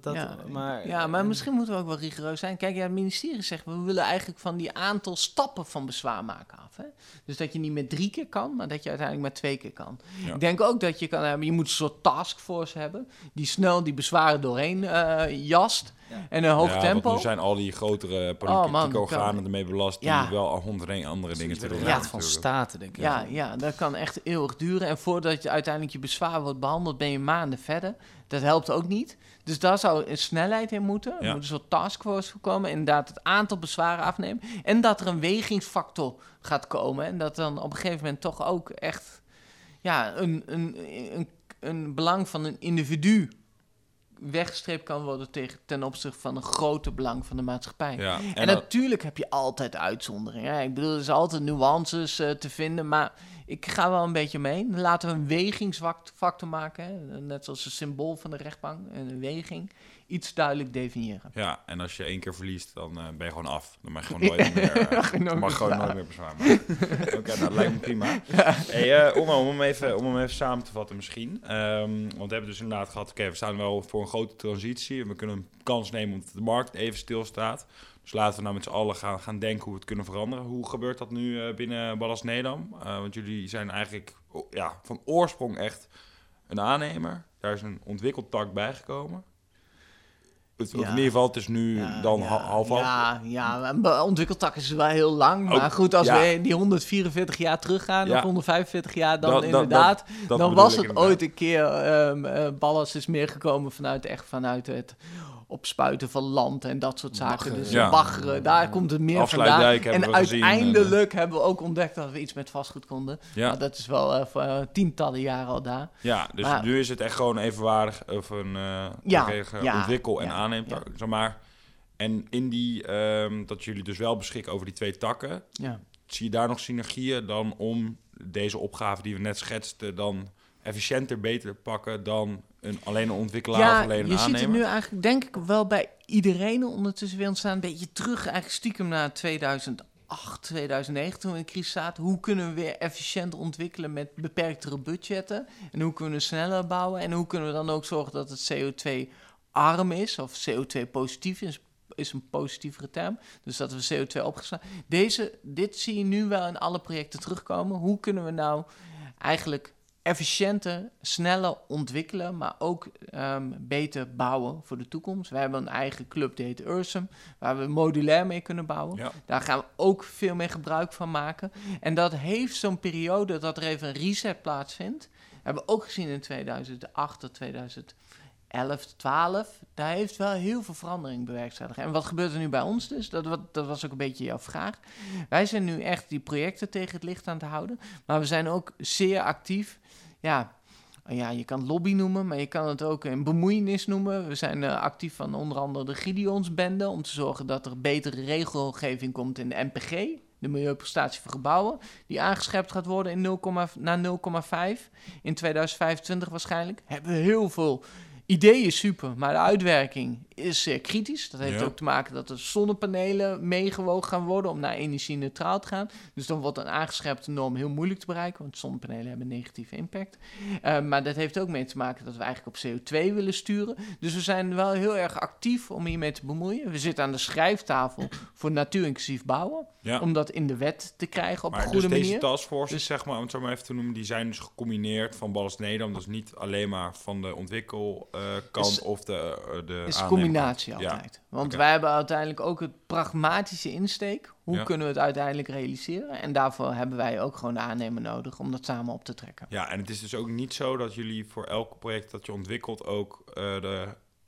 Maar misschien moeten we ook wel rigoureus zijn. Kijk, het ministerie zegt, we willen eigenlijk van die aantal stappen van bezwaar maken af. Hè? Dus dat je niet met 3 keer kan, maar dat je uiteindelijk maar 2 keer kan. Ja. Ik denk ook dat je kan hebben, je moet een soort taskforce hebben, die snel die bezwaren doorheen jast. Ja. En een hoog tempo. Want nu zijn al die grotere politieke organen ermee belast die wel 100 andere dingen te doen. Ja, van staten, denk ik. Ja, dat kan echt eeuwig duren. En voordat je uiteindelijk je bezwaar wordt behandeld, ben je maanden verder. Dat helpt ook niet. Dus daar zou een snelheid in moeten. Er moet een soort taskforce voorkomen. Inderdaad het aantal bezwaren afnemen. En dat er een wegingsfactor gaat komen. En dat dan op een gegeven moment toch ook echt een belang van een individu weggestreept kan worden ten opzichte van een groter belang van de maatschappij. Ja, en natuurlijk heb je altijd uitzonderingen. Ja, ik bedoel, er zijn altijd nuances te vinden, maar ik ga wel een beetje mee. Laten we een wegingsfactor maken, hè? Net zoals een symbool van de rechtbank, een weging. Iets duidelijk definiëren. Ja, en als je 1 keer verliest, dan ben je gewoon af. Dan mag je gewoon nooit meer bezwaar maken. Oké, dat lijkt me prima. Ja. Hey, om hem even samen te vatten misschien. Want we hebben dus inderdaad gehad, we staan wel voor een grote transitie. En we kunnen een kans nemen omdat de markt even stilstaat. Dus laten we nou met z'n allen gaan denken hoe we het kunnen veranderen. Hoe gebeurt dat nu binnen Ballast Nedam? Want jullie zijn eigenlijk van oorsprong echt een aannemer. Daar is een ontwikkeltak bijgekomen. Of in ieder geval, het is nu half af. Ja, een ontwikkeltak is wel heel lang. Maar goed, als we die 144 jaar teruggaan, of 145 jaar, dan inderdaad. Dan was het ooit een keer, Ballast is meer gekomen vanuit het opspuiten van land en dat soort zaken. Dus baggeren, daar komt het meer vandaan. En uiteindelijk hebben we ook ontdekt dat we iets met vastgoed konden. Ja. Maar dat is wel tientallen jaren al daar. Ja, dus nu is het echt gewoon evenwaardig of een ontwikkel- en aanneemtak. Ja. Zeg maar. En in die, dat jullie dus wel beschikken over die 2 takken, zie je daar nog synergieën dan om deze opgave die we net schetsten dan efficiënter, beter pakken dan alleen een ontwikkelaar of alleen een aannemer? Je ziet het nu eigenlijk, denk ik, wel bij iedereen ondertussen weer ontstaan. Een beetje terug eigenlijk stiekem naar 2008, 2009, toen we in de crisis zaten. Hoe kunnen we weer efficiënt ontwikkelen met beperktere budgetten? En hoe kunnen we sneller bouwen? En hoe kunnen we dan ook zorgen dat het CO2-arm is, of CO2-positief is een positievere term. Dus dat we CO2 opgeslaan. Dit zie je nu wel in alle projecten terugkomen. Hoe kunnen we nou eigenlijk efficiënter, sneller ontwikkelen, maar ook beter bouwen voor de toekomst. We hebben een eigen club, die heet Ursum, waar we modulair mee kunnen bouwen. Ja. Daar gaan we ook veel meer gebruik van maken. En dat heeft zo'n periode dat er even een reset plaatsvindt. Hebben we ook gezien in 2008 tot 2011, 12. Daar heeft wel heel veel verandering bewerkstelligd. En wat gebeurt er nu bij ons dus? Dat was ook een beetje jouw vraag. Wij zijn nu echt die projecten tegen het licht aan te houden. Maar we zijn ook zeer actief. Ja, je kan het lobby noemen, maar je kan het ook een bemoeienis noemen. We zijn actief van onder andere de Gideonsbende, om te zorgen dat er betere regelgeving komt in de MPG, de Milieuprestatie voor Gebouwen, die aangescherpt gaat worden naar 0,5 in 2025 waarschijnlijk. Hebben we heel veel ideeën, super, maar de uitwerking is zeer kritisch. Dat heeft Ja. ook te maken dat de zonnepanelen meegewogen gaan worden om naar energie-neutraal te gaan. Dus dan wordt een aangescherpte norm heel moeilijk te bereiken, want zonnepanelen hebben een negatieve impact. Maar dat heeft ook mee te maken dat we eigenlijk op CO2 willen sturen. Dus we zijn wel heel erg actief om hiermee te bemoeien. We zitten aan de schrijftafel voor natuurinclusief bouwen, Ja. om dat in de wet te krijgen op Maar een goede dus manier. deze taskforces, Dus- zeg maar, om het zo maar even te noemen, die zijn dus gecombineerd van Ballast Nedam. Dus niet alleen maar van de ontwikkelkant Is- of de is een aannemer. combinatie Ja. altijd. Want Oké. wij hebben uiteindelijk ook het pragmatische insteek. Hoe Ja. kunnen we het uiteindelijk realiseren? En daarvoor hebben wij ook gewoon de aannemer nodig om dat samen op te trekken. Ja, en het is dus ook niet zo dat jullie voor elk project dat je ontwikkelt ook de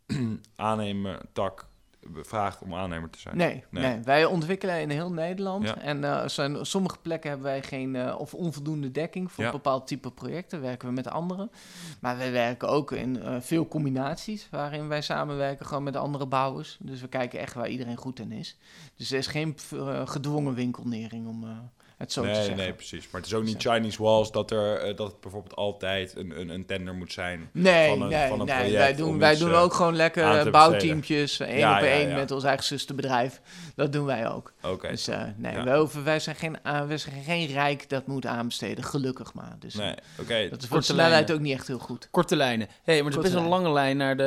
aannemertak vraagt om aannemer te zijn. Nee. Wij ontwikkelen in heel Nederland. Ja. En sommige plekken hebben wij geen of onvoldoende dekking voor Ja. een bepaald type projecten. Werken we met anderen. Maar wij werken ook in veel combinaties waarin wij samenwerken gewoon met andere bouwers. Dus we kijken echt waar iedereen goed in is. Dus er is geen gedwongen winkelnering om het zo te zeggen. Nee, precies. Maar het is ook niet Chinese walls dat het bijvoorbeeld altijd een tender moet zijn. Nee, van een project wij om doen iets, ook gewoon aan lekker te bouwteampjes, één Ja, op één ja. met ons eigen zusterbedrijf. Dat doen wij ook. Oké. Dus Ja. wij zijn geen rijk dat moet aanbesteden, gelukkig maar. Dus Nee, oké. dat is voor de Korte snelheid lijnen. ook niet echt heel goed. Korte lijnen. Maar het is best wel een Korte lange lijn naar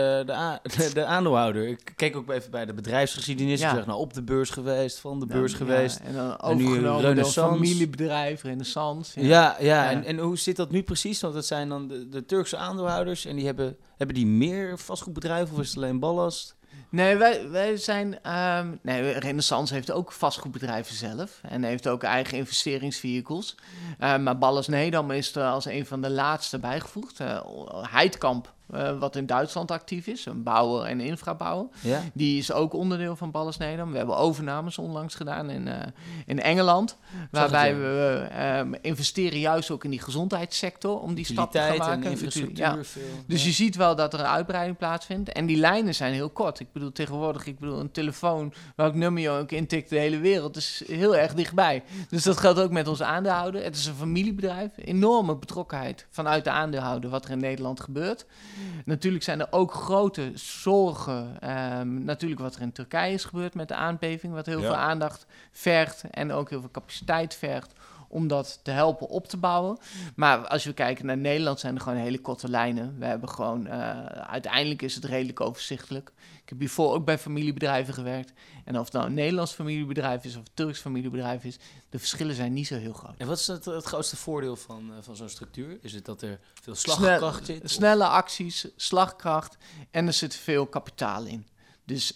de aandeelhouder. Ik keek ook even bij de bedrijfsgeschiedenis. Ja. Ik zeg, op de beurs geweest, van de beurs Ja, geweest. en dan En nu overgenomen door een Renaissance. familiebedrijf, Renaissance. Ja. Ja. En hoe zit dat nu precies? Want dat zijn dan de Turkse aandeelhouders. En die hebben die meer vastgoedbedrijven of is het alleen ballast? Nee, wij zijn... Renaissance heeft ook vastgoedbedrijven zelf. En heeft ook eigen investeringsvehicles. Maar Ballast Nedam is er als een van de laatste bijgevoegd. Heidkamp, wat in Duitsland actief is. Een bouwer en infrabouwer. Ja. Die is ook onderdeel van Ballast Nedam. We hebben overnames onlangs gedaan in Engeland. Waarbij het, we investeren juist ook in die gezondheidssector. Om die stap te gaan Utiliteit maken. en infrastructuur. Ja. Veel. Dus je ziet wel dat er een uitbreiding plaatsvindt. En die lijnen zijn heel kort. Ik bedoel, tegenwoordig, een telefoon, welk nummer je ook intikt, de hele wereld is heel erg dichtbij. Dus dat geldt ook met onze aandeelhouder. Het is een familiebedrijf. Enorme betrokkenheid vanuit de aandeelhouder wat er in Nederland gebeurt. Natuurlijk zijn er ook grote zorgen. Natuurlijk wat er in Turkije is gebeurd met de aardbeving, wat heel Ja. veel aandacht vergt en ook heel veel capaciteit vergt om dat te helpen op te bouwen. Maar als we kijken naar Nederland, zijn er gewoon hele korte lijnen. We hebben gewoon, uiteindelijk is het redelijk overzichtelijk. Ik heb hiervoor ook bij familiebedrijven gewerkt. En of het nou een Nederlands familiebedrijf is of een Turks familiebedrijf is, de verschillen zijn niet zo heel groot. En wat is het grootste voordeel van zo'n structuur? Is het dat er veel slagkracht zit? Snelle acties, slagkracht en er zit veel kapitaal in. Dus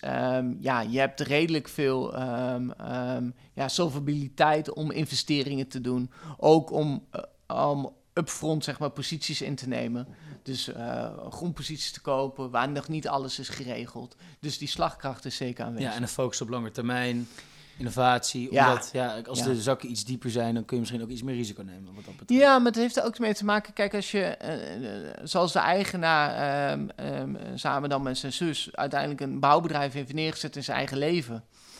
je hebt redelijk veel solvabiliteit om investeringen te doen. Ook om upfront zeg maar posities in te nemen. Dus grondposities te kopen waar nog niet alles is geregeld. Dus die slagkracht is zeker aanwezig. Ja, en een focus op lange termijn, innovatie. Ja. Omdat, als Ja. de zakken iets dieper zijn, dan kun je misschien ook iets meer risico nemen. Wat dat betreft. Ja, maar het heeft er ook mee te maken. Kijk, als je, zoals de eigenaar samen dan met zijn zus uiteindelijk een bouwbedrijf heeft neergezet in zijn eigen leven.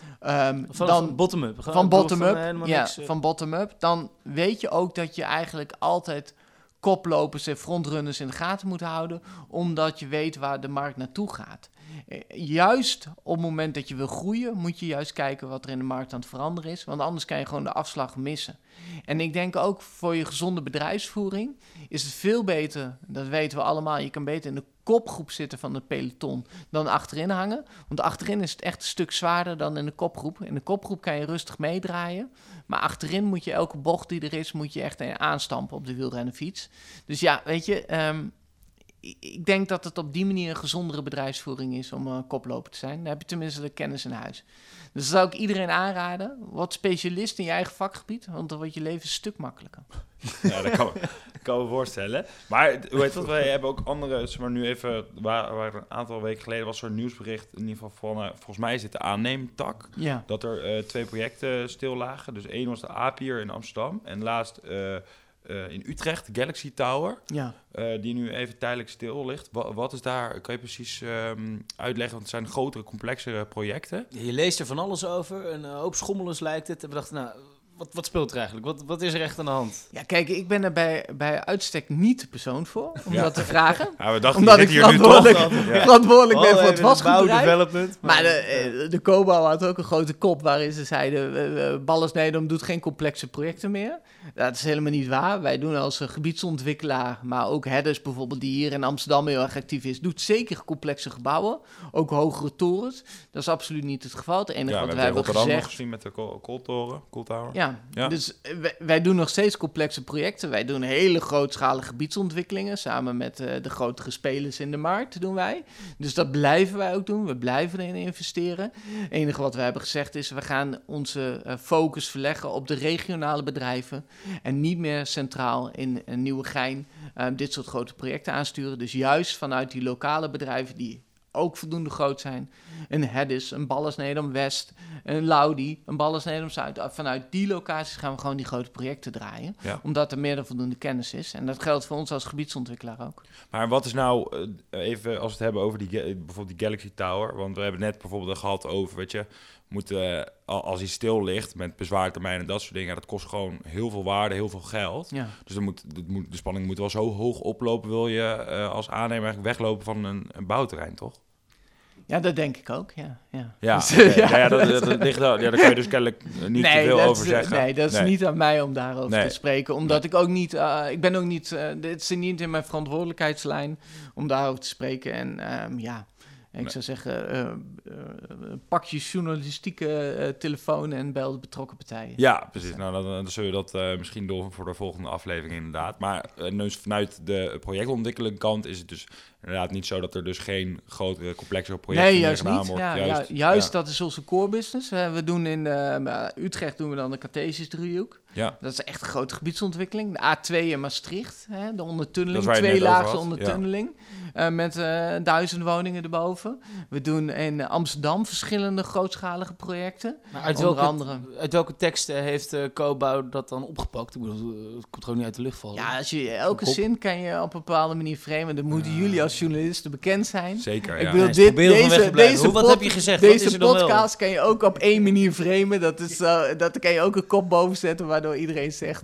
Van bottom-up. Van bottom-up, helemaal ja, niks, van bottom-up. Dan weet je ook dat je eigenlijk altijd koplopers en frontrunners in de gaten moet houden, omdat je weet waar de markt naartoe gaat. Juist op het moment dat je wil groeien, moet je juist kijken wat er in de markt aan het veranderen is, want anders kan je gewoon de afslag missen. En ik denk ook voor je gezonde bedrijfsvoering is het veel beter, dat weten we allemaal, je kan beter in de kopgroep zitten van het peloton dan achterin hangen. Want achterin is het echt een stuk zwaarder dan in de kopgroep. In de kopgroep kan je rustig meedraaien. Maar achterin moet je elke bocht die er is, moet je echt aanstampen op de wielrennenfiets. Dus ja, weet je, ik denk dat het op die manier een gezondere bedrijfsvoering is om koploper te zijn. Dan heb je tenminste de kennis in huis. Dus dat zou ik iedereen aanraden. Word specialist in je eigen vakgebied, want dan wordt je leven een stuk makkelijker. Ja, dat kan me voorstellen. Maar hoe heet dat? Wij hebben ook andere, zeg maar nu even, waar een aantal weken geleden was er een nieuwsbericht, in ieder geval van, volgens mij is het de aanneemtak, Ja. dat er 2 projecten stil lagen. Dus 1 was de Apier in Amsterdam en laatst in Utrecht, de Galaxy Tower, Ja. die nu even tijdelijk stil ligt. Wat is daar, kan je precies uitleggen, want het zijn grotere, complexere projecten. Je leest er van alles over, een hoop schommelens lijkt het. En we dachten, wat speelt er eigenlijk? Wat is er echt aan de hand? Ja, kijk, ik ben er bij uitstek niet de persoon voor om dat te vragen. Ja, we dachten, Omdat ik verantwoordelijk ben voor het vastgoedbedrijf. Development. Maar de Cobouw had ook een grote kop waarin ze zeiden... Ballas Nedum doet geen complexe projecten meer. Dat is helemaal niet waar. Wij doen als gebiedsontwikkelaar, maar ook Hedders bijvoorbeeld... die hier in Amsterdam heel erg actief is... doet zeker complexe gebouwen, ook hogere torens. Dat is absoluut niet het geval. Het enige wat we hebben gezegd... gezien met de Cooltower. Ja, dus wij doen nog steeds complexe projecten. Wij doen hele grootschalige gebiedsontwikkelingen... samen met de grotere spelers in de markt doen wij. Dus dat blijven wij ook doen. We blijven erin investeren. Het enige wat we hebben gezegd is... we gaan onze focus verleggen op de regionale bedrijven... en niet meer centraal in Nieuwegein dit soort grote projecten aansturen. Dus juist vanuit die lokale bedrijven die ook voldoende groot zijn. Een Heddis, een Ballas Nedum West, een Laudi, een Ballas Nedum Zuid. Vanuit die locaties gaan we gewoon die grote projecten draaien. Ja. Omdat er meer dan voldoende kennis is. En dat geldt voor ons als gebiedsontwikkelaar ook. Maar wat is nou, even als we het hebben over bijvoorbeeld die Galaxy Tower. Want we hebben net bijvoorbeeld gehad over, weet je... als hij stil ligt met bezwaartermijn en dat soort dingen... dat kost gewoon heel veel waarde, heel veel geld. Ja. Dus de spanning moet wel zo hoog oplopen... wil je als aannemer eigenlijk weglopen van een bouwterrein, toch? Ja, dat denk ik ook, ja. Dat ligt wel. Ja, daar kan je dus kennelijk niet te veel over zeggen. Nee, dat is niet aan mij om daarover te spreken. Omdat ik ook niet... ik ben ook niet... dit is niet in mijn verantwoordelijkheidslijn om daarover te spreken. En ik zou zeggen, pak je journalistieke telefoon en bel de betrokken partijen. Ja, precies. Nou, dan zul je dat misschien doen voor de volgende aflevering inderdaad. Maar dus vanuit de projectontwikkeling kant is het dus inderdaad niet zo dat er dus geen grotere, complexere projecten meer gedaan wordt. Juist, dat is onze core business. We doen in Utrecht doen we dan de Cartesius driehoek. Ja. Dat is echt een grote gebiedsontwikkeling. De A2 in Maastricht, de ondertunneling, 2 laagse ondertunneling. Met 1000 woningen erboven. We doen in Amsterdam verschillende grootschalige projecten. Maar uit welke teksten heeft Cobouw dat dan opgepakt? Ik bedoel, het komt gewoon niet uit de lucht vallen. Ja, elke zin kan je op een bepaalde manier framen. Dan moeten jullie als journalisten bekend zijn. Zeker, Ik bedoel, wat heb je gezegd? Deze podcast kan je ook op 1 manier framen. Dat kan je ook een kop boven zetten, waardoor iedereen zegt...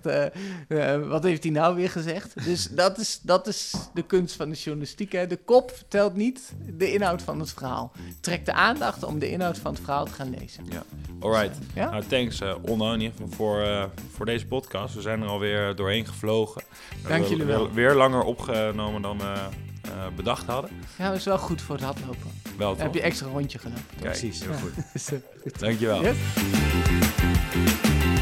wat heeft hij nou weer gezegd? Dus dat is de kunst van de journalistiek. Hè. De kop vertelt niet de inhoud van het verhaal. Trek de aandacht om de inhoud van het verhaal te gaan lezen. Ja, alright. Ja? Nou, thanks Onno in ieder geval voor deze podcast. We zijn er alweer doorheen gevlogen. Dank jullie wel. Weer langer opgenomen dan bedacht hadden. Ja, dat is wel goed voor het hardlopen. Wel toch? Dan heb je extra rondje gelopen. Kijk, precies. Heel goed. Dankjewel. Yes.